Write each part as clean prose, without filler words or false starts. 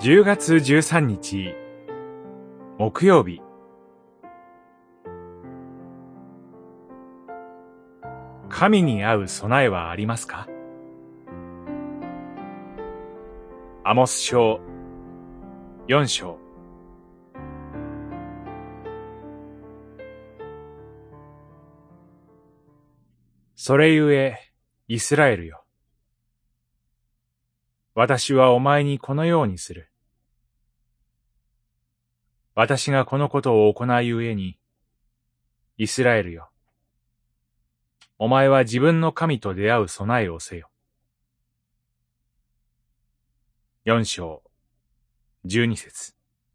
10月13日木曜日。神に会う備えはありますか？アモス書4章。それゆえ、イスラエルよ。私はお前にこのようにする。私がこのことを行いゆえに、イスラエルよ。お前は自分の神と出会う備えをせよ。4章、12節。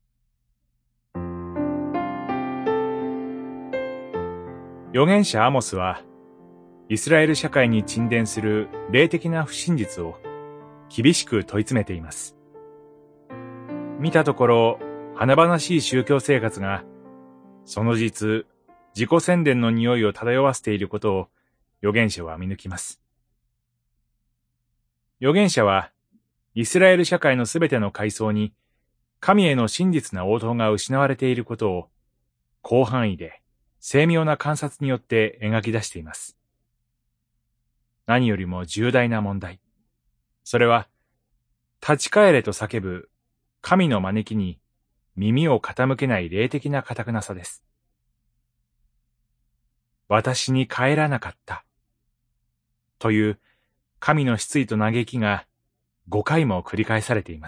預言者アモスは、イスラエル社会に沈殿する霊的な不真実を厳しく問い詰めています。見たところ、華々しい宗教生活が、その実、自己宣伝の匂いを漂わせていることを預言者は見抜きます。預言者は、イスラエル社会のすべての階層に、神への真実な応答が失われていることを、広範囲で精妙な観察によって描き出しています。何よりも重大な問題。それは、立ち返れと叫ぶ神の招きに耳を傾けない霊的な堅くなさです。私に帰らなかった。という神の失意と嘆きが5回も繰り返されています。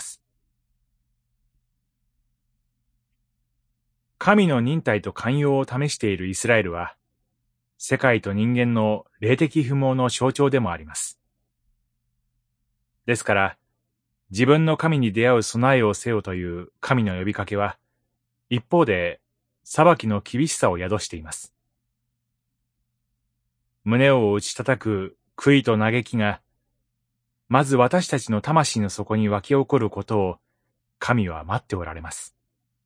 神の忍耐と寛容を試しているイスラエルは、世界と人間の霊的不毛の象徴でもあります。ですから、自分の神に出会う備えをせよという神の呼びかけは、一方で裁きの厳しさを宿しています。胸を打ち叩く悔いと嘆きが、まず私たちの魂の底に湧き起こることを神は待っておられます。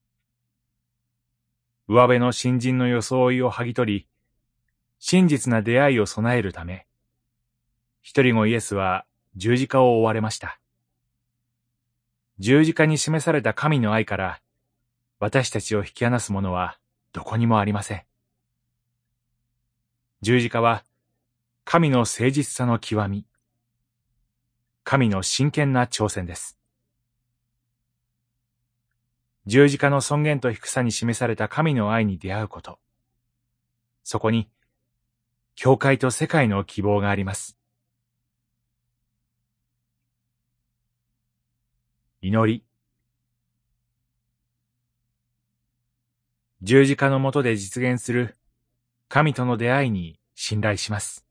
上辺の新人の装いを剥ぎ取り、真実な出会いを備えるため、一人子イエスは十字架を追われました。十字架に示された神の愛から、私たちを引き離すものはどこにもありません。十字架は、神の誠実さの極み、神の真剣な挑戦です。十字架の尊厳と低さに示された神の愛に出会うこと。そこに、教会と世界の希望があります。祈り。十字架の下で実現する神との出会いに信頼します。